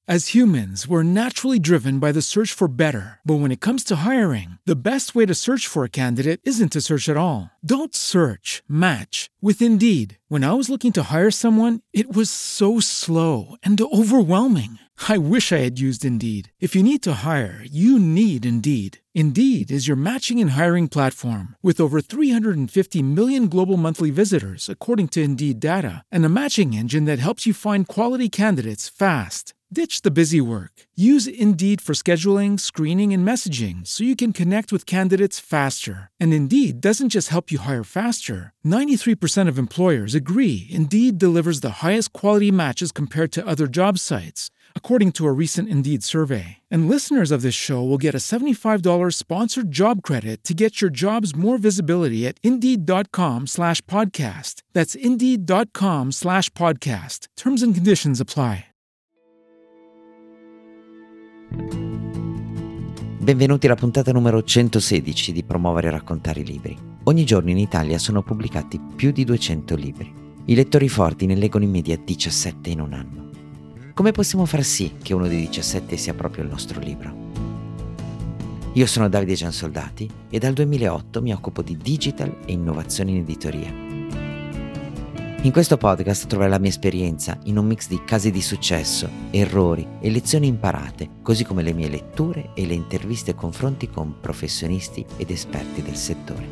As humans, we're naturally driven by the search for better. But when it comes to hiring, the best way to search for a candidate isn't to search at all. Don't search, match with Indeed. When I was looking to hire someone, it was so slow and overwhelming. I wish I had used Indeed. If you need to hire, you need Indeed. Indeed is your matching and hiring platform with over 350 million global monthly visitors, according to Indeed data, and a matching engine that helps you find quality candidates fast. Ditch the busy work. Use Indeed for scheduling, screening, and messaging so you can connect with candidates faster. And Indeed doesn't just help you hire faster. 93% of employers agree Indeed delivers the highest quality matches compared to other job sites, according to a recent Indeed survey. And listeners of this show will get a $75 sponsored job credit to get your jobs more visibility at Indeed.com/podcast. That's Indeed.com/podcast. Terms and conditions apply. Benvenuti alla puntata numero 116 di Promuovere e raccontare i libri. Ogni giorno in Italia sono pubblicati più di 200 libri. I lettori forti ne leggono in media 17 in un anno. Come possiamo far sì che uno dei 17 sia proprio il nostro libro? Io sono Davide Giansoldati e dal 2008 mi occupo di digital e innovazione in editoria. In questo podcast troverai la mia esperienza in un mix di casi di successo, errori e lezioni imparate, così come le mie letture e le interviste e confronti con professionisti ed esperti del settore.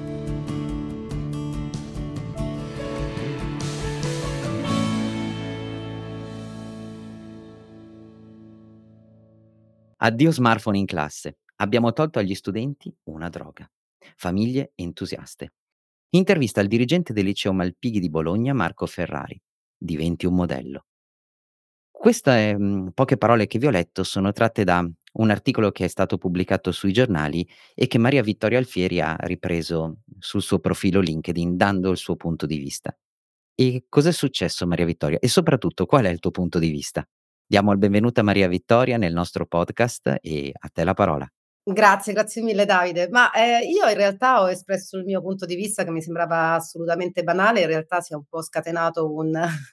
Addio smartphone in classe. Abbiamo tolto agli studenti una droga. Famiglie entusiaste. Intervista al dirigente del liceo Malpighi di Bologna, Marco Ferrari. Diventi un modello. Queste poche parole che vi ho letto sono tratte da un articolo che è stato pubblicato sui giornali e che Maria Vittoria Alfieri ha ripreso sul suo profilo LinkedIn dando il suo punto di vista. E cos'è successo, Maria Vittoria? E soprattutto qual è il tuo punto di vista? Diamo il benvenuto a Maria Vittoria nel nostro podcast e a te la parola. Grazie mille Davide. Io in realtà ho espresso il mio punto di vista che mi sembrava assolutamente banale, in realtà si è un po' scatenato un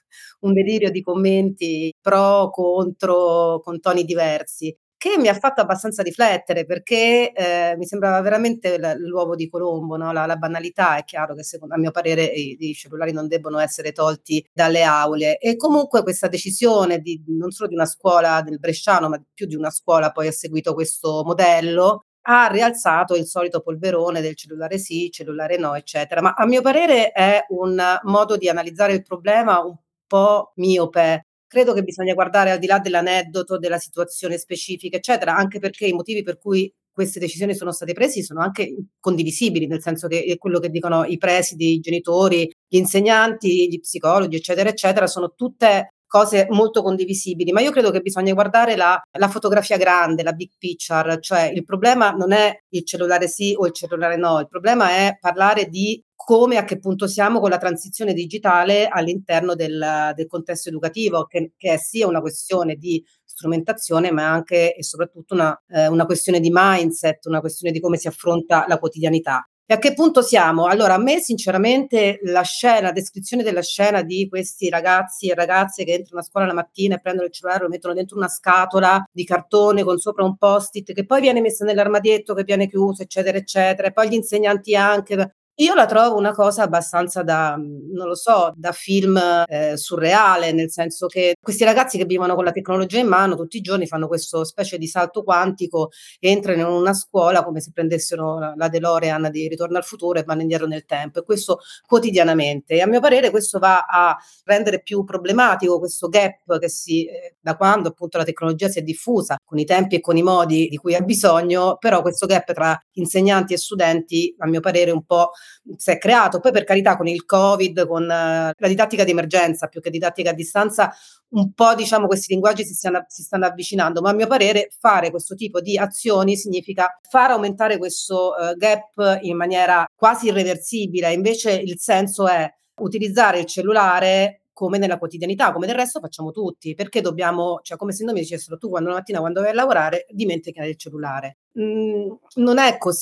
un delirio di commenti pro, contro, con toni diversi, che mi ha fatto abbastanza riflettere perché, mi sembrava veramente l'uovo di Colombo, no, la banalità. È chiaro che a mio parere i cellulari non debbono essere tolti dalle aule e comunque questa decisione di non solo di una scuola del bresciano, ma più di una scuola poi ha seguito questo modello, ha rialzato il solito polverone del cellulare sì, cellulare no, eccetera. Ma a mio parere è un modo di analizzare il problema un po' miope. Credo che bisogna guardare al di là dell'aneddoto, della situazione specifica, eccetera, anche perché i motivi per cui queste decisioni sono state presi sono anche condivisibili, nel senso che, quello che dicono i presidi, i genitori, gli insegnanti, gli psicologi, eccetera, eccetera, sono tutte cose molto condivisibili, ma io credo che bisogna guardare la fotografia grande, la big picture, cioè il problema non è il cellulare sì o il cellulare no, il problema è parlare di come, a che punto siamo con la transizione digitale all'interno del contesto educativo, che è sia una questione di strumentazione, ma anche e soprattutto una questione di mindset, una questione di come si affronta la quotidianità. E a che punto siamo? Allora, a me sinceramente la descrizione della scena di questi ragazzi e ragazze che entrano a scuola la mattina e prendono il cellulare, lo mettono dentro una scatola di cartone con sopra un post-it che poi viene messo nell'armadietto che viene chiuso, eccetera, eccetera, e poi gli insegnanti anche. Io la trovo una cosa abbastanza non lo so, da film, surreale, nel senso che questi ragazzi che vivono con la tecnologia in mano tutti i giorni fanno questo specie di salto quantico, entrano in una scuola come se prendessero la DeLorean di Ritorno al futuro e vanno indietro nel tempo, e questo quotidianamente. E a mio parere questo va a rendere più problematico questo gap che da quando appunto la tecnologia si è diffusa, con i tempi e con i modi di cui ha bisogno, però questo gap tra insegnanti e studenti, a mio parere, un po' si è creato. Poi per carità con il Covid, con la didattica di emergenza più che didattica a distanza, un po' diciamo questi linguaggi si stanno avvicinando, ma a mio parere fare questo tipo di azioni significa far aumentare questo gap in maniera quasi irreversibile. Invece il senso è utilizzare il cellulare come nella quotidianità, come del resto facciamo tutti. Perché dobbiamo, cioè come se non mi dicessero: tu quando la mattina quando vai a lavorare dimentica il cellulare. Non è così.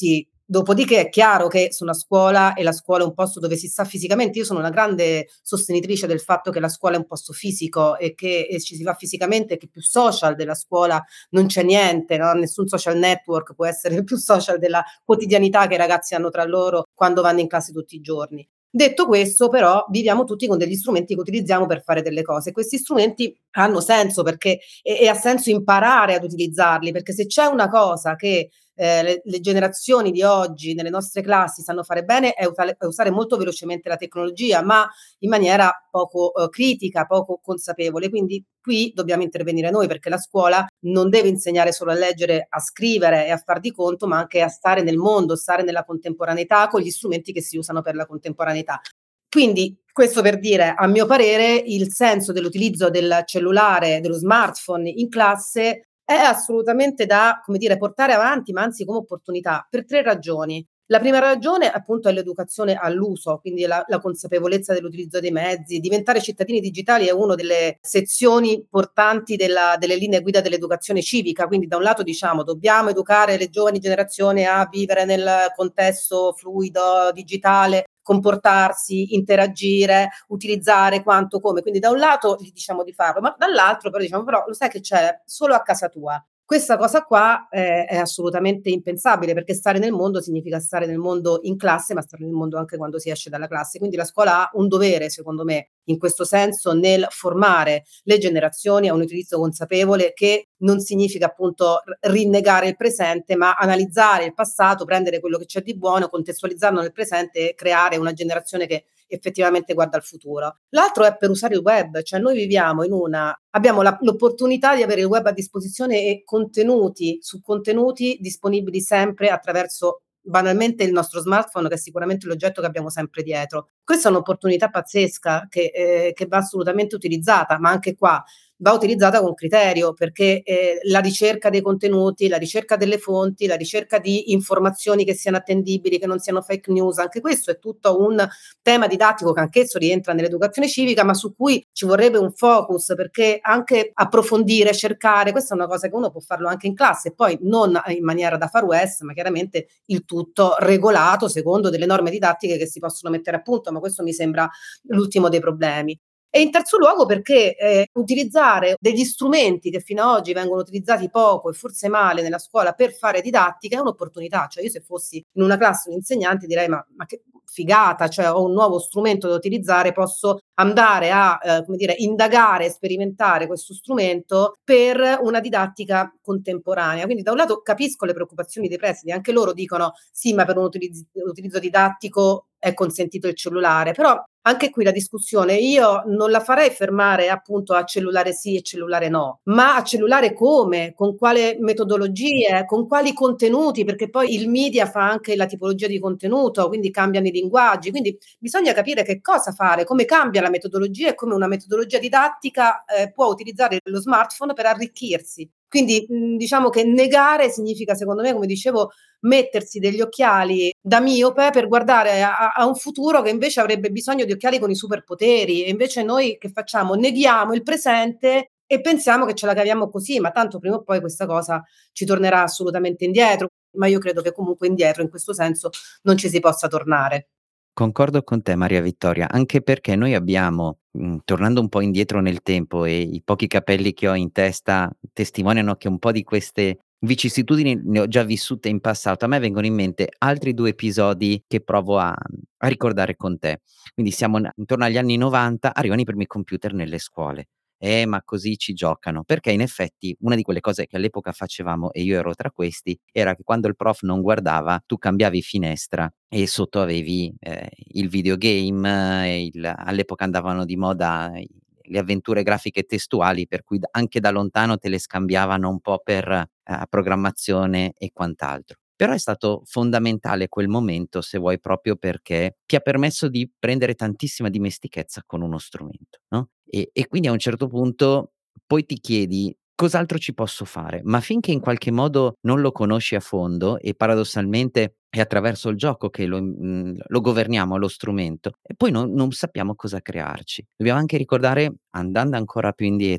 Dopodiché è chiaro che su una scuola e la scuola è un posto dove si sta fisicamente, io sono una grande sostenitrice del fatto che la scuola è un posto fisico e che ci si va fisicamente, che più social della scuola non c'è niente, no, nessun social network può essere più social della quotidianità che i ragazzi hanno tra loro quando vanno in classe tutti i giorni. Detto questo, però, viviamo tutti con degli strumenti che utilizziamo per fare delle cose. Questi strumenti hanno senso perché e ha senso imparare ad utilizzarli, perché se c'è una cosa che le generazioni di oggi nelle nostre classi sanno fare bene è usare molto velocemente la tecnologia, ma in maniera poco, critica, poco consapevole. Quindi qui dobbiamo intervenire noi, perché la scuola non deve insegnare solo a leggere, a scrivere e a far di conto, ma anche a stare nel mondo, stare nella contemporaneità con gli strumenti che si usano per la contemporaneità. Quindi questo per dire, a mio parere, il senso dell'utilizzo del cellulare, dello smartphone in classe è assolutamente da, come dire, portare avanti, ma anzi come opportunità, per 3 ragioni. La prima ragione appunto è l'educazione all'uso, quindi la consapevolezza dell'utilizzo dei mezzi. Diventare cittadini digitali è uno delle sezioni portanti delle linee guida dell'educazione civica, quindi da un lato diciamo dobbiamo educare le giovani generazioni a vivere nel contesto fluido, digitale, comportarsi, interagire, utilizzare quanto, come. Quindi da un lato gli diciamo di farlo, ma dall'altro però diciamo: "Però lo sai che c'è? Solo a casa tua". Questa cosa qua è assolutamente impensabile, perché stare nel mondo significa stare nel mondo in classe, ma stare nel mondo anche quando si esce dalla classe. Quindi la scuola ha un dovere, secondo me, in questo senso, nel formare le generazioni a un utilizzo consapevole che non significa appunto rinnegare il presente, ma analizzare il passato, prendere quello che c'è di buono, contestualizzarlo nel presente e creare una generazione che effettivamente guarda al futuro. L'altro è per usare il web, cioè noi viviamo in una abbiamo l'opportunità di avere il web a disposizione e contenuti su contenuti disponibili sempre attraverso banalmente il nostro smartphone, che è sicuramente l'oggetto che abbiamo sempre dietro. Questa è un'opportunità pazzesca che va assolutamente utilizzata, ma anche qua va utilizzata con criterio, perché, la ricerca dei contenuti, la ricerca delle fonti, la ricerca di informazioni che siano attendibili, che non siano fake news, anche questo è tutto un tema didattico che anch'esso rientra nell'educazione civica, ma su cui ci vorrebbe un focus, perché anche approfondire, cercare, questa è una cosa che uno può farlo anche in classe, poi non in maniera da far west, ma chiaramente il tutto regolato secondo delle norme didattiche che si possono mettere a punto, ma questo mi sembra l'ultimo dei problemi. E in terzo luogo perché, utilizzare degli strumenti che fino a oggi vengono utilizzati poco e forse male nella scuola per fare didattica è un'opportunità. Cioè io se fossi in una classe un insegnante direi: "Ma che figata, cioè ho un nuovo strumento da utilizzare, posso andare a, come dire, indagare e sperimentare questo strumento per una didattica contemporanea". Quindi da un lato capisco le preoccupazioni dei presidi, anche loro dicono: "Sì, ma per un utilizzo didattico è consentito il cellulare", però anche qui la discussione io non la farei fermare appunto a cellulare sì e cellulare no, ma a cellulare come, con quale metodologie, con quali contenuti, perché poi il media fa anche la tipologia di contenuto, quindi cambiano i linguaggi, quindi bisogna capire che cosa fare, come cambia la metodologia e come una metodologia didattica, può utilizzare lo smartphone per arricchirsi. Quindi, diciamo che negare significa secondo me, come dicevo, mettersi degli occhiali da miope per guardare a un futuro che invece avrebbe bisogno di occhiali con i superpoteri e invece noi che facciamo? Neghiamo il presente e pensiamo che ce la caviamo così, ma tanto prima o poi questa cosa ci tornerà assolutamente indietro, ma io credo che comunque indietro in questo senso non ci si possa tornare. Concordo con te Maria Vittoria, anche perché noi abbiamo, tornando un po' indietro nel tempo e i pochi capelli che ho in testa testimoniano che un po' di queste vicissitudini ne ho già vissute in passato. A me vengono in mente altri 2 episodi che provo a ricordare con te. Quindi siamo n intorno agli anni '90, arrivano i primi computer nelle scuole. Ma così ci giocano. Perché in effetti una di quelle cose che all'epoca facevamo, e io ero tra questi, era che quando il prof non guardava, tu cambiavi finestra e sotto avevi, il videogame, all'epoca andavano di moda le avventure grafiche testuali, per cui anche da lontano te le scambiavano un po' per, programmazione e quant'altro. Però è stato fondamentale quel momento, se vuoi, proprio perché ti ha permesso di prendere tantissima dimestichezza con uno strumento, no, e quindi a un certo punto poi ti chiedi: "Cos'altro ci posso fare?" Ma finché in qualche modo non lo conosci a fondo e paradossalmente è attraverso il gioco che lo governiamo lo strumento e poi non sappiamo cosa crearci. Dobbiamo anche ricordare, andando ancora più indietro,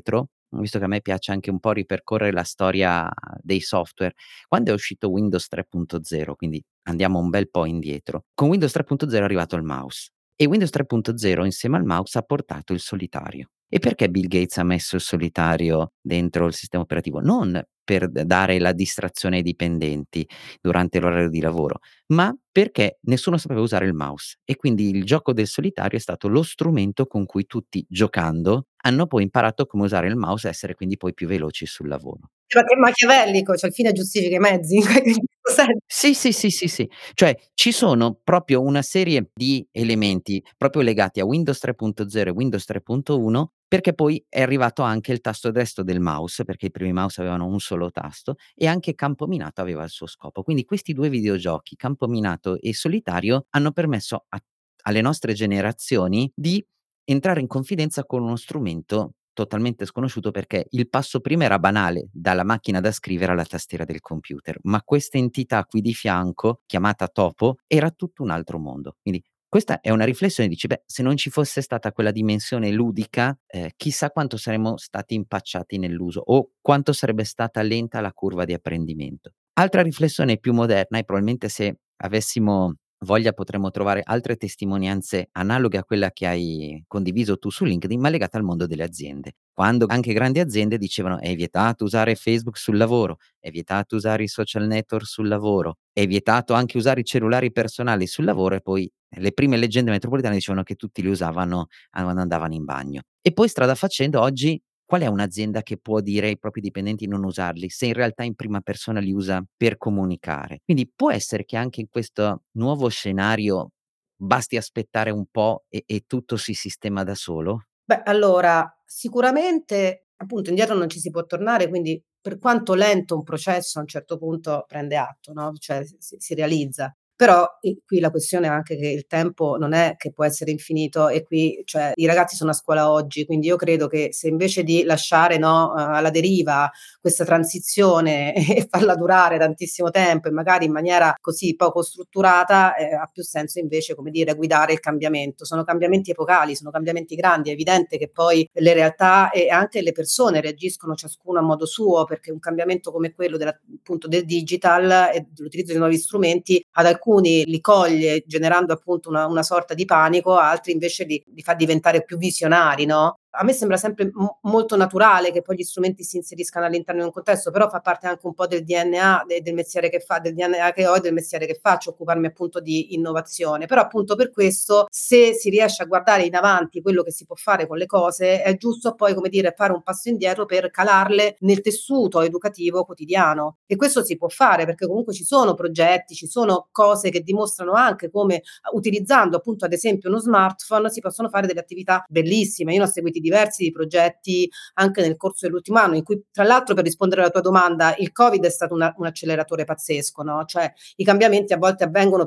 visto che a me piace anche un po' ripercorrere la storia dei software. Quando è uscito Windows 3.0, quindi andiamo un bel po' indietro, con Windows 3.0 è arrivato il mouse e Windows 3.0 insieme al mouse ha portato il solitario. E perché Bill Gates ha messo il solitario dentro il sistema operativo? Non per dare la distrazione ai dipendenti durante l'orario di lavoro, ma perché nessuno sapeva usare il mouse e quindi il gioco del solitario è stato lo strumento con cui tutti, giocando, hanno poi imparato come usare il mouse e essere quindi poi più veloci sul lavoro. Ma che machiavellico, cioè il fine giustifica i mezzi in questo sen Sì, sì, sì, sì, sì. Cioè ci sono proprio una serie di elementi proprio legati a Windows 3.0 e Windows 3.1, perché poi è arrivato anche il tasto destro del mouse, perché i primi mouse avevano un solo tasto, e anche Campo Minato aveva il suo scopo. Quindi questi 2 videogiochi, Campo Minato e Solitario, hanno permesso alle nostre generazioni di entrare in confidenza con uno strumento totalmente sconosciuto, perché il passo prima era banale, dalla macchina da scrivere alla tastiera del computer, ma questa entità qui di fianco, chiamata topo, era tutto un altro mondo. Quindi questa è una riflessione, dici: "Beh, se non ci fosse stata quella dimensione ludica, chissà quanto saremmo stati impacciati nell'uso o quanto sarebbe stata lenta la curva di apprendimento." Altra riflessione più moderna e probabilmente se avessimo voglia potremmo trovare altre testimonianze analoghe a quella che hai condiviso tu su LinkedIn, ma legate al mondo delle aziende. Quando anche grandi aziende dicevano: "È vietato usare Facebook sul lavoro, è vietato usare i social network sul lavoro, è vietato anche usare i cellulari personali sul lavoro", e poi le prime leggende metropolitane dicevano che tutti li usavano quando andavano in bagno. E poi strada facendo oggi qual è un'azienda che può dire ai propri dipendenti non usarli, se in realtà in prima persona li usa per comunicare? Quindi può essere che anche in questo nuovo scenario basti aspettare un po' e tutto si sistema da solo? Beh, allora, sicuramente, appunto, indietro non ci si può tornare, quindi per quanto lento un processo a un certo punto prende atto, no, cioè si realizza. Però qui la questione è anche che il tempo non è che può essere infinito e qui cioè i ragazzi sono a scuola oggi, quindi io credo che se invece di lasciare, no, alla deriva questa transizione e farla durare tantissimo tempo e magari in maniera così poco strutturata, ha più senso invece, come dire, guidare il cambiamento. Sono cambiamenti epocali, sono cambiamenti grandi, è evidente che poi le realtà e anche le persone reagiscono ciascuno a modo suo, perché un cambiamento come quello appunto del digital e dell'utilizzo di nuovi strumenti ad alcuni li coglie generando appunto una sorta di panico, a altri invece li fa diventare più visionari, no? A me sembra sempre molto naturale che poi gli strumenti si inseriscano all'interno di un contesto, però fa parte anche un po' del DNA del mestiere che del DNA che ho e del mestiere che faccio, occuparmi appunto di innovazione. Però appunto per questo, se si riesce a guardare in avanti quello che si può fare con le cose, è giusto poi, come dire, fare un passo indietro per calarle nel tessuto educativo quotidiano. E questo si può fare perché comunque ci sono progetti, ci sono cose che dimostrano anche come utilizzando appunto ad esempio uno smartphone si possono fare delle attività bellissime. Io ne ho seguiti diversi progetti anche nel corso dell'ultimo anno, in cui tra l'altro per rispondere alla tua domanda, il Covid è stato un acceleratore pazzesco, no, cioè i cambiamenti a volte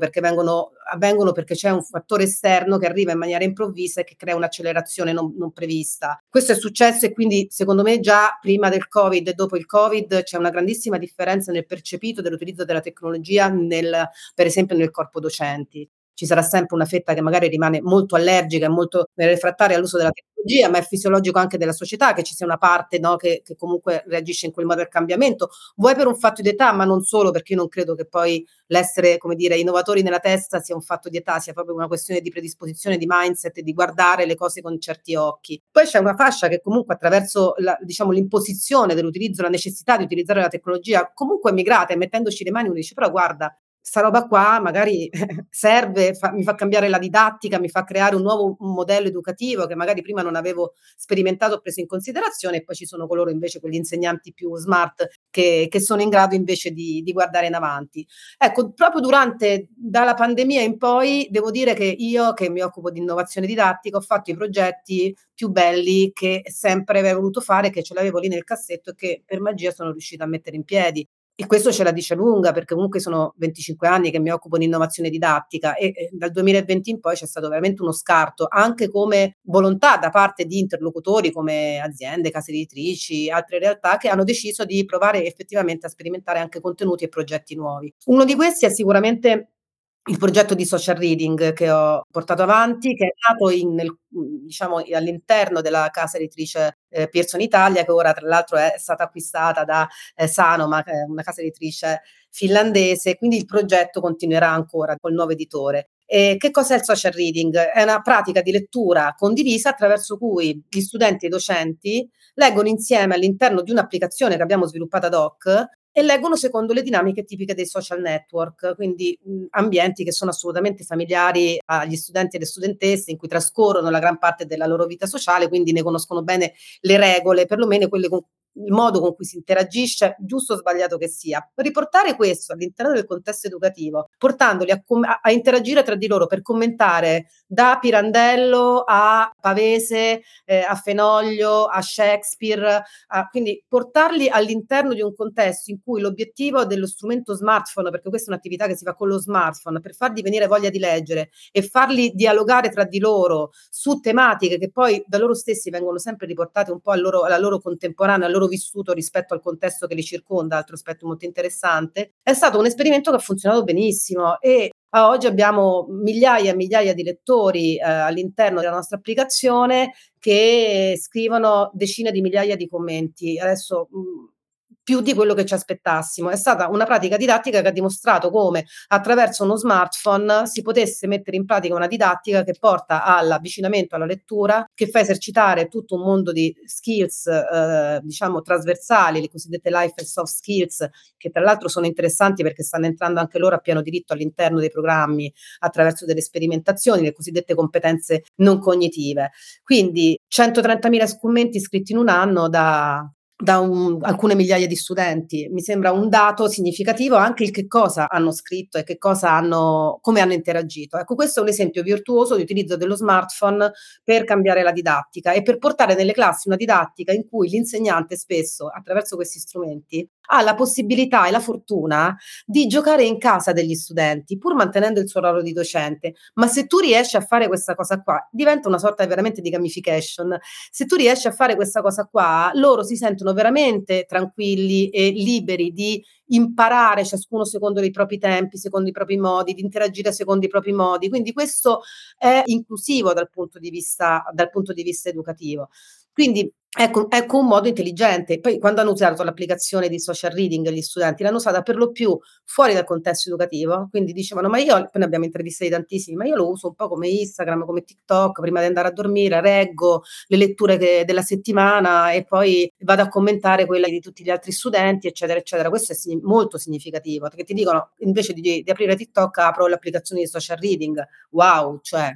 avvengono perché c'è un fattore esterno che arriva in maniera improvvisa e che crea un'accelerazione non prevista. Questo è successo e quindi secondo me già prima del Covid e dopo il Covid c'è una grandissima differenza nel percepito dell'utilizzo della tecnologia per esempio nel corpo docenti. Ci sarà sempre una fetta che magari rimane molto allergica e molto refrattaria all'uso della tecnologia, ma è fisiologico anche della società che ci sia una parte, no, che comunque reagisce in quel modo al cambiamento, vuoi per un fatto di età, ma non solo, perché io non credo che poi l'essere, come dire, innovatori nella testa sia un fatto di età, sia proprio una questione di predisposizione, di mindset e di guardare le cose con certi occhi. Poi c'è una fascia che comunque attraverso diciamo, l'imposizione dell'utilizzo, la necessità di utilizzare la tecnologia, comunque è migrata e mettendoci le mani uno dice: "Però guarda, sta roba qua magari serve, mi fa cambiare la didattica, mi fa creare un modello educativo che magari prima non avevo sperimentato o preso in considerazione", e poi ci sono coloro invece, quegli insegnanti più smart che sono in grado invece di guardare in avanti. Ecco, proprio dalla pandemia in poi, devo dire che io, che mi occupo di innovazione didattica, ho fatto i progetti più belli che sempre avrei voluto fare, che ce l'avevo lì nel cassetto e che per magia sono riuscita a mettere in piedi. E questo ce la dice lunga, perché comunque sono 25 anni che mi occupo di innovazione didattica e dal 2020 in poi c'è stato veramente uno scarto, anche come volontà da parte di interlocutori come aziende, case editrici, altre realtà che hanno deciso di provare effettivamente a sperimentare anche contenuti e progetti nuovi. Uno di questi è sicuramente il progetto di social reading che ho portato avanti, che è nato diciamo all'interno della casa editrice, Pearson Italia, che ora tra l'altro è stata acquistata da, Sanoma, che è una casa editrice finlandese, quindi il progetto continuerà ancora col nuovo editore. Che cos'è il social reading? È una pratica di lettura condivisa attraverso cui gli studenti e i docenti leggono insieme all'interno di un'applicazione che abbiamo sviluppato ad hoc e leggono secondo le dinamiche tipiche dei social network, quindi, ambienti che sono assolutamente familiari agli studenti e alle studentesse, in cui trascorrono la gran parte della loro vita sociale, quindi ne conoscono bene le regole, perlomeno quelle con il modo con cui si interagisce, giusto o sbagliato che sia. Riportare questo all'interno del contesto educativo, portandoli a interagire tra di loro per commentare da Pirandello a Pavese, a Fenoglio, a Shakespeare, quindi portarli all'interno di un contesto in cui l'obiettivo dello strumento smartphone, perché questa è un'attività che si fa con lo smartphone, per fargli venire voglia di leggere e farli dialogare tra di loro su tematiche che poi da loro stessi vengono sempre riportate un po' alla loro contemporanea, al loro vissuto rispetto al contesto che li circonda, altro aspetto molto interessante, è stato un esperimento che ha funzionato benissimo e a oggi abbiamo migliaia e migliaia di lettori, all'interno della nostra applicazione che scrivono decine di migliaia di commenti. Adesso, più di quello che ci aspettassimo. È stata una pratica didattica che ha dimostrato come attraverso uno smartphone si potesse mettere in pratica una didattica che porta all'avvicinamento alla lettura, che fa esercitare tutto un mondo di skills, diciamo trasversali, le cosiddette life and soft skills, che tra l'altro sono interessanti perché stanno entrando anche loro a pieno diritto all'interno dei programmi attraverso delle sperimentazioni, le cosiddette competenze non cognitive. Quindi 130.000 commenti scritti in un anno da alcune migliaia di studenti. Mi sembra un dato significativo anche il che cosa hanno scritto e che cosa come hanno interagito. Ecco, questo è un esempio virtuoso di utilizzo dello smartphone per cambiare la didattica e per portare nelle classi una didattica in cui l'insegnante spesso, attraverso questi strumenti, ha la possibilità e la fortuna di giocare in casa degli studenti, pur mantenendo il suo ruolo di docente. Ma se tu riesci a fare questa cosa qua, diventa una sorta veramente di gamification. Se tu riesci a fare questa cosa qua, loro si sentono veramente tranquilli e liberi di imparare ciascuno secondo i propri tempi, secondo i propri modi, di interagire secondo i propri modi. Quindi questo è inclusivo dal punto di vista educativo. Quindi ecco un modo intelligente. Poi quando hanno usato l'applicazione di social reading gli studenti, l'hanno usata per lo più fuori dal contesto educativo, quindi dicevano: "Ma io", poi ne abbiamo intervistati tantissimi, "ma io lo uso un po' come Instagram, come TikTok, prima di andare a dormire leggo le letture della settimana e poi vado a commentare quelle di tutti gli altri studenti, eccetera, eccetera." Questo è molto significativo, perché ti dicono invece di aprire TikTok apro l'applicazione di social reading. Wow, cioè,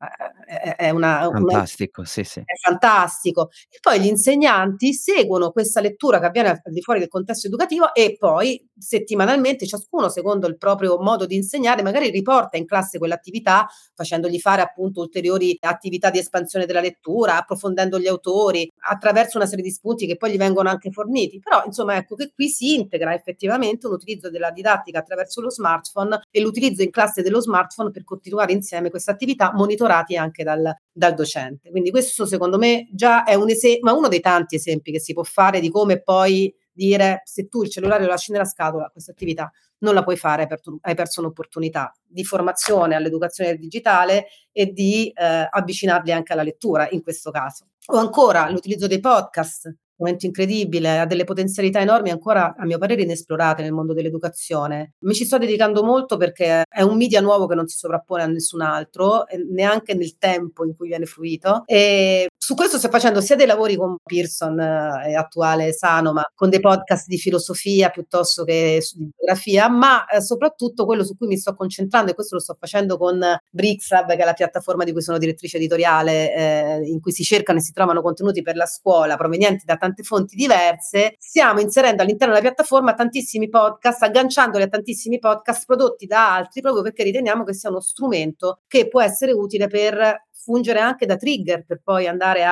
è una Fantastico, sì, sì. è fantastico. E poi gli insegnanti seguono questa lettura che avviene al di fuori del contesto educativo e poi settimanalmente, ciascuno secondo il proprio modo di insegnare, magari riporta in classe quell'attività, facendogli fare appunto ulteriori attività di espansione della lettura, approfondendo gli autori, attraverso una serie di spunti che poi gli vengono anche forniti. Però insomma ecco che qui si integra effettivamente un utilizzo della didattica attraverso lo smartphone e l'utilizzo in classe dello smartphone per continuare insieme questa attività, monitorati anche dal docente. Quindi questo secondo me già è ma uno dei tanti esempi che si può fare di come poi dire: "Se tu il cellulare lo lasci nella scatola, questa attività non la puoi fare, hai perso un'opportunità di formazione all'educazione digitale e di, avvicinarli anche alla lettura, in questo caso." O ancora l'utilizzo dei podcast, strumento incredibile, ha delle potenzialità enormi ancora, a mio parere, inesplorate nel mondo dell'educazione. Mi ci sto dedicando molto perché è un media nuovo che non si sovrappone a nessun altro, neanche nel tempo in cui viene fruito. Su questo sto facendo sia dei lavori con Pearson e attuale Sanoma, con dei podcast di filosofia piuttosto che di geografia, ma, soprattutto quello su cui mi sto concentrando, e questo lo sto facendo con Brixhub, che è la piattaforma di cui sono direttrice editoriale, in cui si cercano e si trovano contenuti per la scuola provenienti da tante fonti diverse. Stiamo inserendo all'interno della piattaforma tantissimi podcast, agganciandoli a tantissimi podcast prodotti da altri, proprio perché riteniamo che sia uno strumento che può essere utile per fungere anche da trigger per poi andare a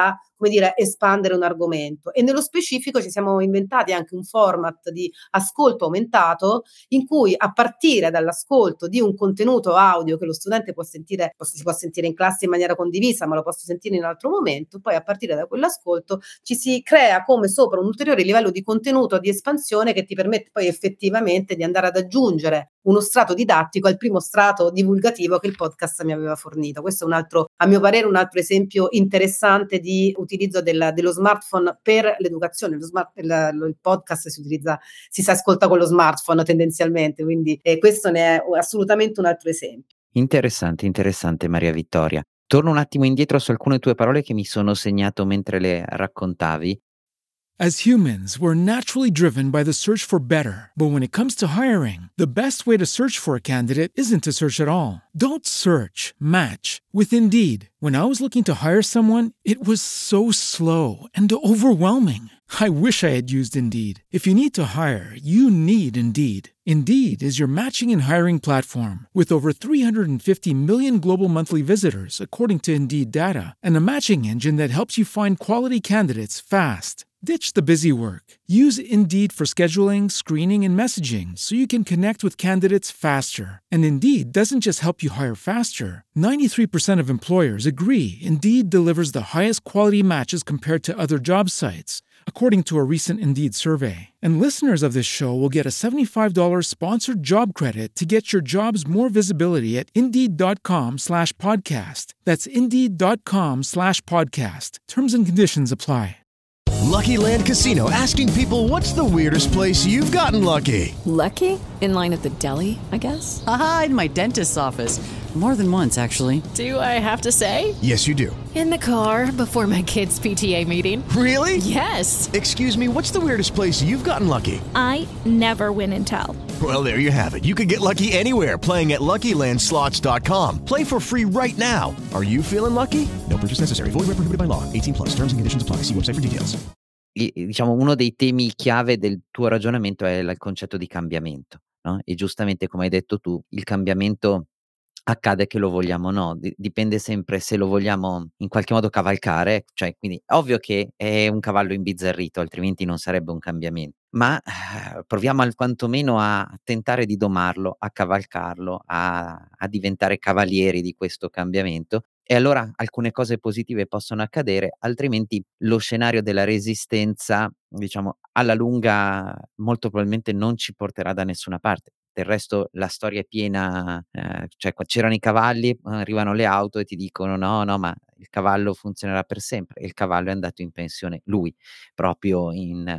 come dire, espandere un argomento. E nello specifico ci siamo inventati anche un format di ascolto aumentato in cui a partire dall'ascolto di un contenuto audio che lo studente può sentire, si può sentire in classe in maniera condivisa, ma lo posso sentire in un altro momento, poi a partire da quell'ascolto ci si crea come sopra un ulteriore livello di contenuto, di espansione che ti permette poi effettivamente di andare ad aggiungere uno strato didattico al primo strato divulgativo che il podcast mi aveva fornito. Questo è un altro, a mio parere, un altro esempio interessante di utilizzo dello smartphone per l'educazione. Il podcast si ascolta con lo smartphone tendenzialmente, quindi questo ne è assolutamente un altro esempio. Interessante, interessante Maria Vittoria. Torno un attimo indietro su alcune tue parole che mi sono segnato mentre le raccontavi. As humans, we're naturally driven by the search for better. But when it comes to hiring, the best way to search for a candidate isn't to search at all. Don't search, match with Indeed. When I was looking to hire someone, it was so slow and overwhelming. I wish I had used Indeed. If you need to hire, you need Indeed. Indeed is your matching and hiring platform with over 350 million global monthly visitors, according to Indeed data, and a matching engine that helps you find quality candidates fast. Ditch the busy work. Use Indeed for scheduling, screening, and messaging so you can connect with candidates faster. And Indeed doesn't just help you hire faster. 93% of employers agree Indeed delivers the highest quality matches compared to other job sites, according to a recent Indeed survey. And listeners of this show will get a $75 sponsored job credit to get your jobs more visibility at Indeed.com/podcast. That's Indeed.com/podcast. Terms and conditions apply. Lucky Land Casino, asking people, what's the weirdest place you've gotten lucky? Lucky? In line at the deli, I guess? Aha, in my dentist's office. More than once, actually. Do I have to say? Yes, you do. In the car before my kids' PTA meeting. Really? Yes. Excuse me, what's the weirdest place you've gotten lucky? I never win and tell. Well, there you have it. You can get lucky anywhere, playing at LuckyLandSlots.com. Play for free right now. Are you feeling lucky? No purchase necessary. Void where prohibited by law. 18 plus. Terms and conditions apply. See website for details. Diciamo, uno dei temi chiave del tuo ragionamento è il concetto di cambiamento, no? E giustamente, come hai detto tu, il cambiamento accade che lo vogliamo o no, dipende sempre se lo vogliamo in qualche modo cavalcare, cioè quindi ovvio che è un cavallo imbizzarrito, altrimenti non sarebbe un cambiamento, ma proviamo quantomeno a tentare di domarlo, a cavalcarlo, a diventare cavalieri di questo cambiamento. E allora alcune cose positive possono accadere, altrimenti lo scenario della resistenza, diciamo, alla lunga molto probabilmente non ci porterà da nessuna parte. Del resto la storia è piena, cioè c'erano i cavalli, arrivano le auto e ti dicono: "No, no, ma il cavallo funzionerà per sempre", e il cavallo è andato in pensione lui, proprio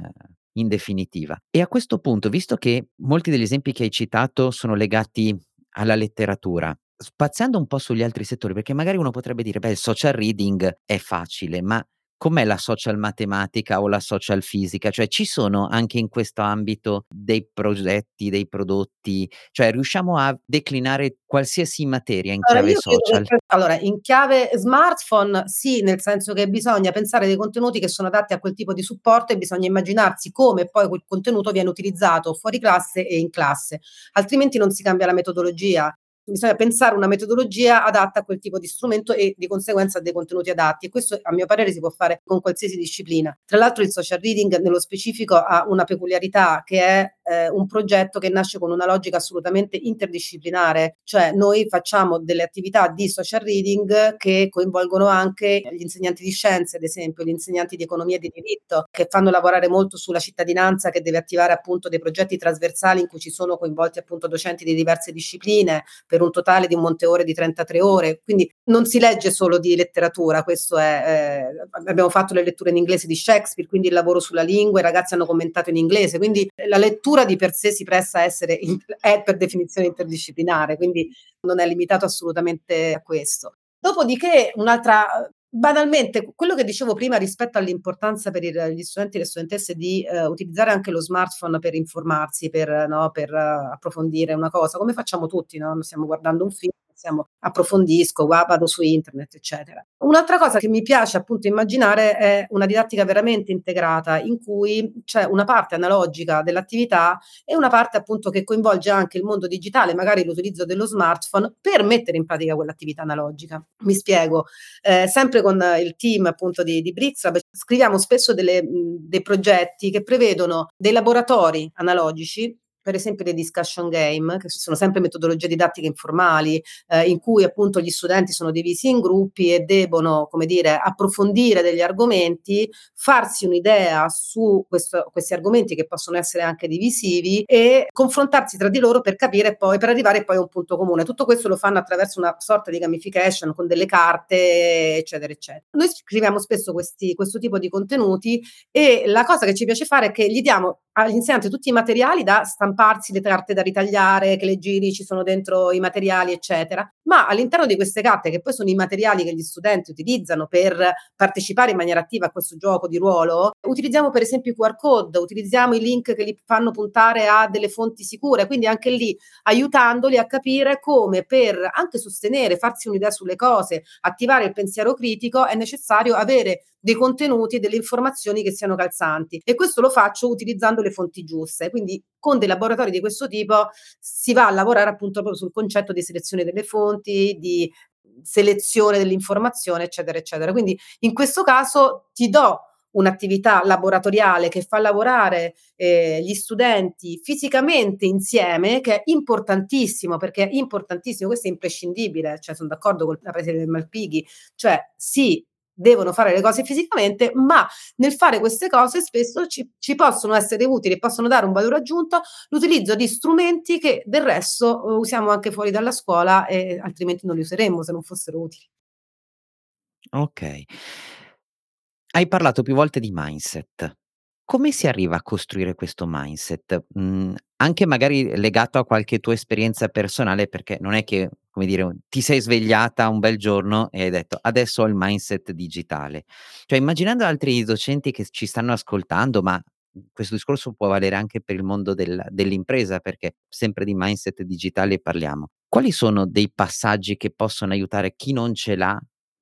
in definitiva. E a questo punto, visto che molti degli esempi che hai citato sono legati alla letteratura, spaziando un po' sugli altri settori, perché magari uno potrebbe dire: "Beh, il social reading è facile", ma com'è la social matematica o la social fisica? Cioè, ci sono anche in questo ambito dei progetti, dei prodotti, cioè riusciamo a declinare qualsiasi materia in Allora chiave io credo social? che allora in chiave smartphone sì, nel senso che bisogna pensare dei contenuti che sono adatti a quel tipo di supporto e bisogna immaginarsi come poi quel contenuto viene utilizzato fuori classe e in classe, altrimenti non si cambia la metodologia. Bisogna pensare una metodologia adatta a quel tipo di strumento e di conseguenza a dei contenuti adatti, e questo a mio parere si può fare con qualsiasi disciplina. Tra l'altro il social reading nello specifico ha una peculiarità che è un progetto che nasce con una logica assolutamente interdisciplinare, cioè noi facciamo delle attività di social reading che coinvolgono anche gli insegnanti di scienze, ad esempio, gli insegnanti di economia e di diritto, che fanno lavorare molto sulla cittadinanza, che deve attivare appunto dei progetti trasversali in cui ci sono coinvolti appunto docenti di diverse discipline, per un totale di un monte ore di 33 ore. Quindi non si legge solo di letteratura, questo è abbiamo fatto le letture in inglese di Shakespeare, quindi il lavoro sulla lingua, i ragazzi hanno commentato in inglese, quindi la lettura di per sé si presta a essere è per definizione interdisciplinare, quindi non è limitato assolutamente a questo. Dopodiché un'altra banalmente, quello che dicevo prima rispetto all'importanza per gli studenti e le studentesse di utilizzare anche lo smartphone per informarsi, per approfondire una cosa, come facciamo tutti, no, stiamo guardando un film, approfondisco, vado su internet, eccetera. Un'altra cosa che mi piace appunto immaginare è una didattica veramente integrata, in cui c'è una parte analogica dell'attività e una parte appunto che coinvolge anche il mondo digitale, magari l'utilizzo dello smartphone per mettere in pratica quell'attività analogica. Mi spiego, sempre con il team appunto di Brixlab scriviamo spesso dei progetti che prevedono dei laboratori analogici, per esempio dei discussion game, che sono sempre metodologie didattiche informali, in cui appunto gli studenti sono divisi in gruppi e devono, come dire, approfondire degli argomenti, farsi un'idea su questi argomenti che possono essere anche divisivi e confrontarsi tra di loro per capire poi, per arrivare poi a un punto comune. Tutto questo lo fanno attraverso una sorta di gamification con delle carte, eccetera, eccetera. Noi scriviamo spesso questo tipo di contenuti e la cosa che ci piace fare è che gli diamo agli insegnanti tutti i materiali da stamparsi, le carte da ritagliare, che le giri, ci sono dentro i materiali, eccetera. Ma all'interno di queste carte, che poi sono i materiali che gli studenti utilizzano per partecipare in maniera attiva a questo gioco di ruolo, utilizziamo per esempio i QR code, utilizziamo i link che li fanno puntare a delle fonti sicure, quindi anche lì aiutandoli a capire come per anche sostenere, farsi un'idea sulle cose, attivare il pensiero critico, è necessario avere dei contenuti, delle informazioni che siano calzanti, e questo lo faccio utilizzando le fonti giuste. Quindi con dei laboratori di questo tipo si va a lavorare appunto proprio sul concetto di selezione delle fonti, di selezione dell'informazione, eccetera, eccetera. Quindi in questo caso ti do un'attività laboratoriale che fa lavorare gli studenti fisicamente insieme, che è importantissimo, perché è importantissimo, questo è imprescindibile, cioè sono d'accordo con la preside del Malpighi, cioè sì, devono fare le cose fisicamente, ma nel fare queste cose spesso ci possono essere utili e possono dare un valore aggiunto l'utilizzo di strumenti che del resto usiamo anche fuori dalla scuola e altrimenti non li useremmo se non fossero utili. Okay. Hai parlato più volte di mindset. Come si arriva a costruire questo mindset? Anche magari legato a qualche tua esperienza personale, perché non è che, come dire, ti sei svegliata un bel giorno e hai detto: "Adesso ho il mindset digitale." Cioè, immaginando altri docenti che ci stanno ascoltando, ma questo discorso può valere anche per il mondo dell'impresa, perché sempre di mindset digitale parliamo. Quali sono dei passaggi che possono aiutare chi non ce l'ha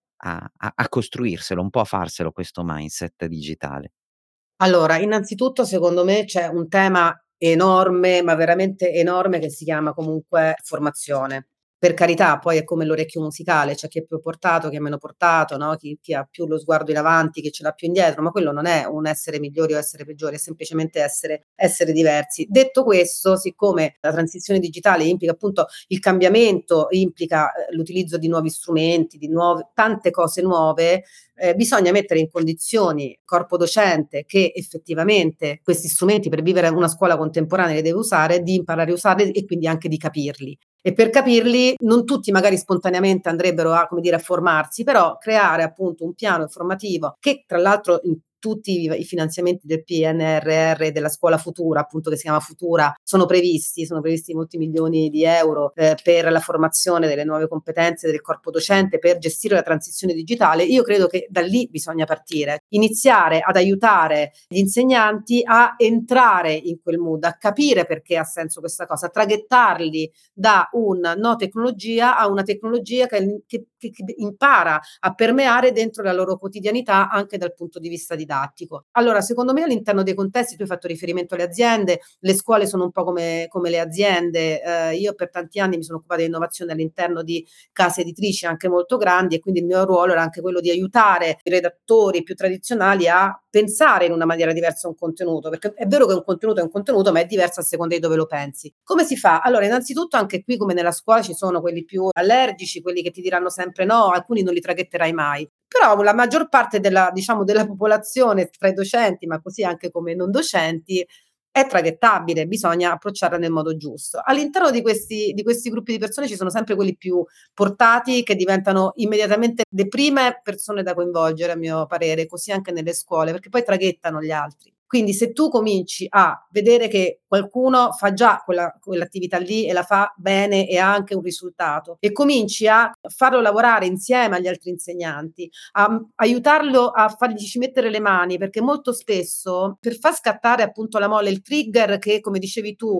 a costruirselo, un po' a farselo questo mindset digitale? Allora, innanzitutto secondo me c'è un tema enorme, ma veramente enorme, che si chiama comunque formazione. Per carità, poi è come l'orecchio musicale, c'è chi è più portato, chi è meno portato, no, chi ha più lo sguardo in avanti, chi ce l'ha più indietro, ma quello non è un essere migliori o essere peggiori, è semplicemente essere diversi. Detto questo, siccome la transizione digitale implica appunto il cambiamento, implica, l'utilizzo di nuovi strumenti, di nuove tante cose nuove, bisogna mettere in condizioni il corpo docente, che effettivamente questi strumenti per vivere una scuola contemporanea li deve usare, di imparare a usarli e quindi anche di capirli. E per capirli non tutti magari spontaneamente andrebbero a, come dire, a formarsi, però creare appunto un piano informativo che tra l'altro in tutti i finanziamenti del PNRR e della scuola futura, appunto che si chiama Futura, sono previsti molti milioni di euro per la formazione delle nuove competenze del corpo docente per gestire la transizione digitale. Io credo che da lì bisogna partire, iniziare ad aiutare gli insegnanti a entrare in quel mood, a capire perché ha senso questa cosa, a traghettarli da un no tecnologia a una tecnologia che impara a permeare dentro la loro quotidianità anche dal punto di vista didattico. Allora, secondo me all'interno dei contesti, tu hai fatto riferimento alle aziende, le scuole sono un po' come le aziende. Io per tanti anni mi sono occupata di innovazione all'interno di case editrici anche molto grandi, e quindi il mio ruolo era anche quello di aiutare i redattori più tradizionali a pensare in una maniera diversa un contenuto, perché è vero che un contenuto, ma è diverso a seconda di dove lo pensi. Come si fa? Allora, innanzitutto anche qui come nella scuola ci sono quelli più allergici, quelli che ti diranno sempre no, alcuni non li traghetterai mai. Però la maggior parte della popolazione tra i docenti, ma così anche come non docenti, è traghettabile, bisogna approcciarla nel modo giusto. All'interno di questi gruppi di persone ci sono sempre quelli più portati, che diventano immediatamente le prime persone da coinvolgere, a mio parere, così anche nelle scuole, perché poi traghettano gli altri. Quindi se tu cominci a vedere che qualcuno fa già quell'attività lì e la fa bene e ha anche un risultato, e cominci a farlo lavorare insieme agli altri insegnanti, aiutarlo a farglici mettere le mani, perché molto spesso per far scattare appunto la molla, il trigger che, come dicevi tu,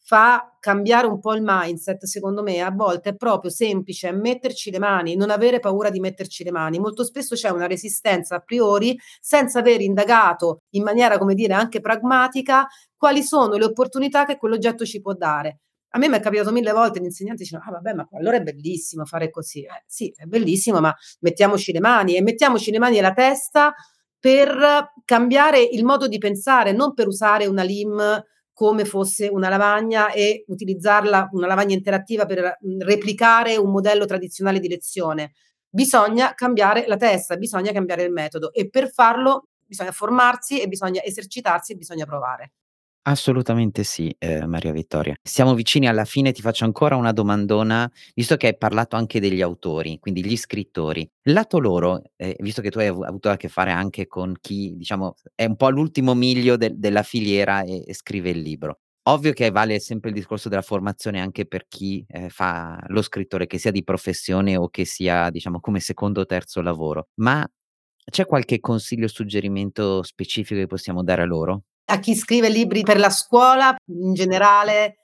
fa cambiare un po' il mindset, secondo me, a volte è proprio semplice metterci le mani, non avere paura di metterci le mani. Molto spesso c'è una resistenza a priori senza aver indagato in maniera, come dire, anche pragmatica quali sono le opportunità che quell'oggetto ci può dare. A me m'è capitato 1000 volte di insegnanti dicevano: "Ah vabbè, ma allora è bellissimo fare così". Sì, è bellissimo, ma mettiamoci le mani e mettiamoci le mani e la testa per cambiare il modo di pensare, non per usare una LIM come fosse una lavagna e utilizzarla una lavagna interattiva per, replicare un modello tradizionale di lezione. Bisogna cambiare la testa, bisogna cambiare il metodo e per farlo bisogna formarsi e bisogna esercitarsi e bisogna provare. Assolutamente sì, Maria Vittoria. Siamo vicini alla fine, ti faccio ancora una domandona, visto che hai parlato anche degli autori, quindi gli scrittori. Lato loro, visto che tu hai avuto a che fare anche con chi, diciamo, è un po' all'ultimo miglio della filiera e scrive il libro. Ovvio che vale sempre il discorso della formazione anche per chi, fa lo scrittore, che sia di professione o che sia, diciamo, come secondo o terzo lavoro. Ma c'è qualche consiglio o suggerimento specifico che possiamo dare a loro? A chi scrive libri per la scuola, in generale.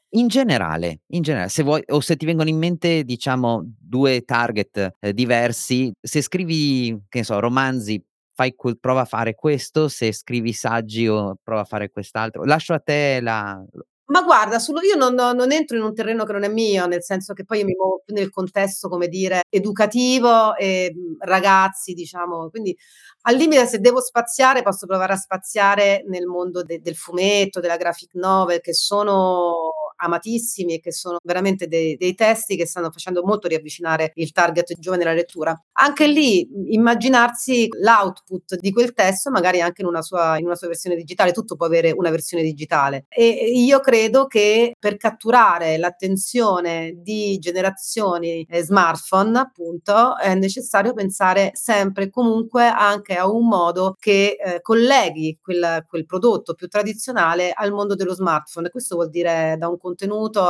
In generale, se vuoi o se ti vengono in mente, diciamo, 2 target, diversi, se scrivi, che ne so, romanzi, fai prova a fare questo, se scrivi saggi o prova a fare quest'altro. Lascio a te la Ma guarda, solo io non entro in un terreno che non è mio, nel senso che poi io mi muovo più nel contesto, come dire, educativo e, ragazzi diciamo, quindi al limite se devo spaziare posso provare a spaziare nel mondo del fumetto, della graphic novel che sono amatissimi e che sono veramente dei testi che stanno facendo molto riavvicinare il target giovane alla lettura. Anche lì, immaginarsi l'output di quel testo magari anche in una sua versione digitale, tutto può avere una versione digitale. E io credo che per catturare l'attenzione di generazioni, smartphone appunto, è necessario pensare sempre e comunque anche a un modo che, colleghi quel prodotto più tradizionale al mondo dello smartphone. E questo vuol dire da un contenuto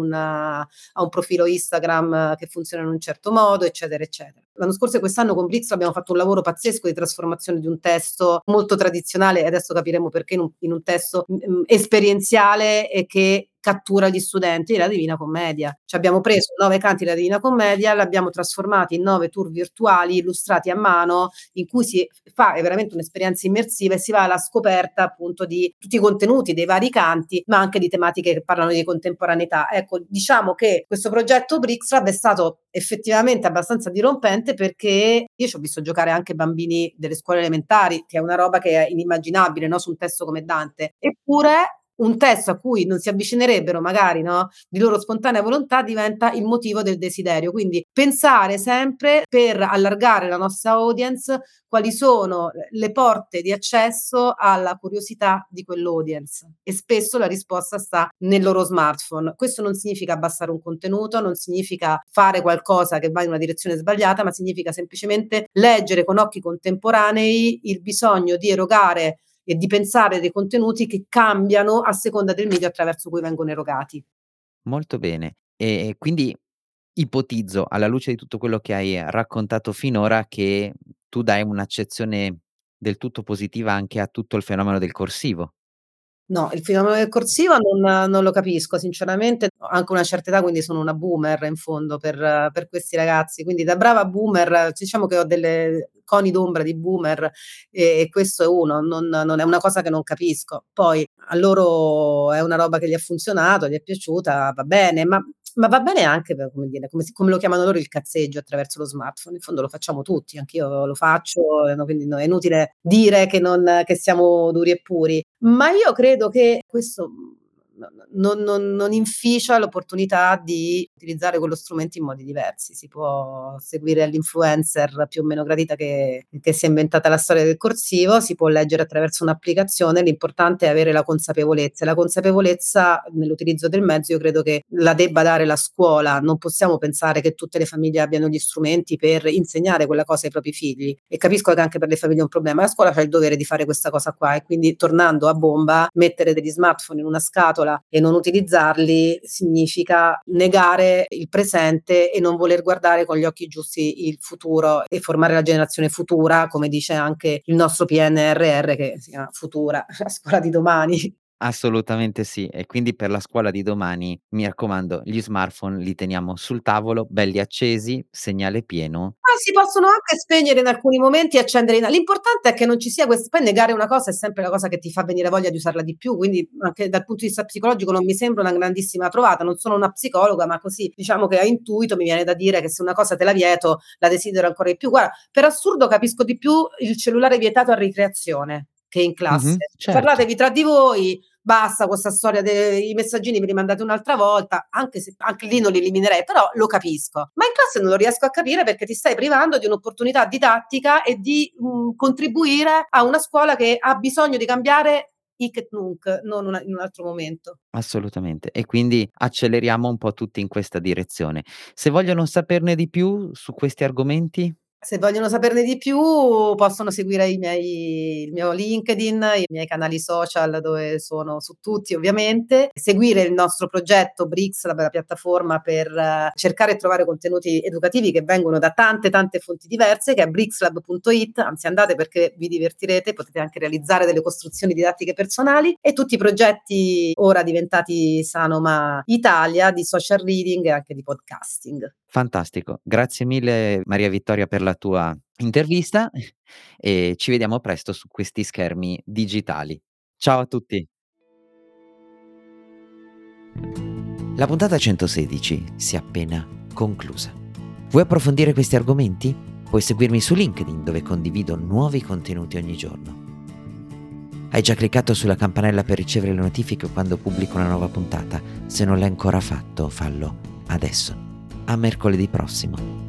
a un profilo Instagram che funziona in un certo modo, eccetera, eccetera. L'anno scorso e quest'anno con Blix abbiamo fatto un lavoro pazzesco di trasformazione di un testo molto tradizionale, e adesso capiremo perché in un testo, esperienziale e che cattura gli studenti, la Divina Commedia. Ci abbiamo preso 9 canti della Divina Commedia, l'abbiamo trasformati in 9 tour virtuali illustrati a mano, in cui si fa è veramente un'esperienza immersiva e si va alla scoperta appunto di tutti i contenuti dei vari canti, ma anche di tematiche che parlano di contemporaneità. Ecco, diciamo che questo progetto Brixlab è stato effettivamente abbastanza dirompente perché io ci ho visto giocare anche bambini delle scuole elementari, che è una roba che è inimmaginabile, no, su un testo come Dante. Eppure un testo a cui non si avvicinerebbero magari, no, di loro spontanea volontà diventa il motivo del desiderio. Quindi pensare sempre per allargare la nostra audience quali sono le porte di accesso alla curiosità di quell'audience e spesso la risposta sta nel loro smartphone. Questo non significa abbassare un contenuto, non significa fare qualcosa che va in una direzione sbagliata, ma significa semplicemente leggere con occhi contemporanei il bisogno di erogare e di pensare dei contenuti che cambiano a seconda del medio attraverso cui vengono erogati. molto bene. E quindi ipotizzo, alla luce di tutto quello che hai raccontato finora, che tu dai un'accezione del tutto positiva anche a tutto il fenomeno del corsivo. No, il fenomeno del corsivo non lo capisco sinceramente. Ho anche una certa età, quindi sono una boomer in fondo per questi ragazzi. Quindi da brava boomer, diciamo che ho delle coni d'ombra di boomer e questo è uno, non è una cosa che non capisco. Poi a loro è una roba che gli ha funzionato, gli è piaciuta, va bene, ma va bene anche per come dire, come lo chiamano loro il cazzeggio attraverso lo smartphone. In fondo lo facciamo tutti, anch'io lo faccio, no, quindi no è inutile dire che siamo duri e puri. Ma io credo che questo, non inficia l'opportunità di utilizzare quello strumento in modi diversi. Si può seguire l'influencer più o meno gradita che si è inventata la storia del corsivo, si può leggere attraverso un'applicazione, l'importante è avere la consapevolezza. E la consapevolezza nell'utilizzo del mezzo io credo che la debba dare la scuola. Non possiamo pensare che tutte le famiglie abbiano gli strumenti per insegnare quella cosa ai propri figli e capisco che anche per le famiglie è un problema. La scuola c'ha il dovere di fare questa cosa qua e quindi tornando a bomba, mettere degli smartphone in una scatola e non utilizzarli significa negare il presente e non voler guardare con gli occhi giusti il futuro e formare la generazione futura, come dice anche il nostro PNRR che si chiama Futura, la scuola di domani. Assolutamente sì, e quindi per la scuola di domani, mi raccomando, gli smartphone li teniamo sul tavolo, belli accesi, segnale pieno. Ma si possono anche spegnere in alcuni momenti e accendere l'importante è che non ci sia poi negare una cosa è sempre la cosa che ti fa venire voglia di usarla di più, quindi anche dal punto di vista psicologico non mi sembra una grandissima trovata. Non sono una psicologa, ma così diciamo che a intuito mi viene da dire che se una cosa te la vieto, la desidero ancora di più. Guarda, per assurdo capisco di più il cellulare vietato a ricreazione che in Mh-mh, classe. certo. Parlatevi tra di voi, basta con 'sta storia i messaggini me li mandate un'altra volta, anche se anche lì non li eliminerei, però lo capisco. Ma in classe non lo riesco a capire perché ti stai privando di un'opportunità didattica e di, contribuire a una scuola che ha bisogno di cambiare hic et nunc, non in un altro momento. Assolutamente. E quindi acceleriamo un po' tutti in questa direzione. Se vogliono saperne di più su questi argomenti, Se vogliono saperne di più possono seguire il mio LinkedIn, i miei canali social dove sono su tutti ovviamente, seguire il nostro progetto BRICS-Lab, la piattaforma per cercare e trovare contenuti educativi che vengono da tante, tante fonti diverse, che è brixlab.it, anzi andate perché vi divertirete, potete anche realizzare delle costruzioni didattiche personali e tutti i progetti ora diventati Sanoma Italia di social reading e anche di podcasting. fantastico. Grazie mille Maria Vittoria per la tua intervista e ci vediamo presto su questi schermi digitali. Ciao a tutti. La puntata 116 si è appena conclusa. Vuoi approfondire questi argomenti? Puoi seguirmi su LinkedIn dove condivido nuovi contenuti ogni giorno. Hai già cliccato sulla campanella per ricevere le notifiche quando pubblico una nuova puntata? Se non l'hai ancora fatto, fallo adesso. A mercoledì prossimo.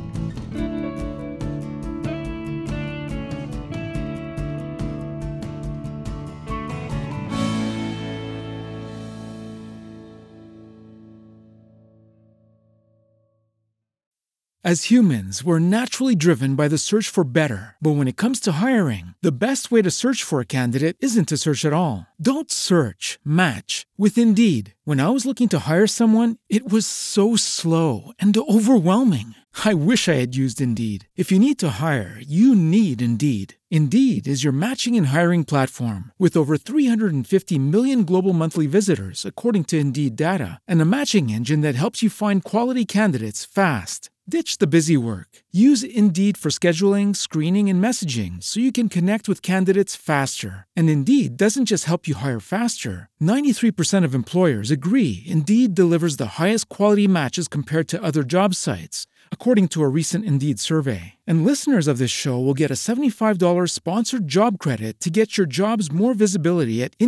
As humans, we're naturally driven by the search for better. But when it comes to hiring, the best way to search for a candidate isn't to search at all. Don't search, match with Indeed. When I was looking to hire someone, it was so slow and overwhelming. I wish I had used Indeed. If you need to hire, you need Indeed. Indeed is your matching and hiring platform with over 350 million global monthly visitors, according to Indeed data, and a matching engine that helps you find quality candidates fast. Ditch the busy work. Use Indeed for scheduling, screening, and messaging so you can connect with candidates faster. And Indeed doesn't just help you hire faster. 93% of employers agree Indeed delivers the highest quality matches compared to other job sites, according to a recent Indeed survey. And listeners of this show will get a $75 sponsored job credit to get your jobs more visibility at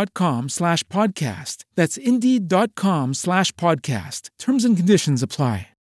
Indeed.com/podcast. That's Indeed.com/podcast. Terms and conditions apply.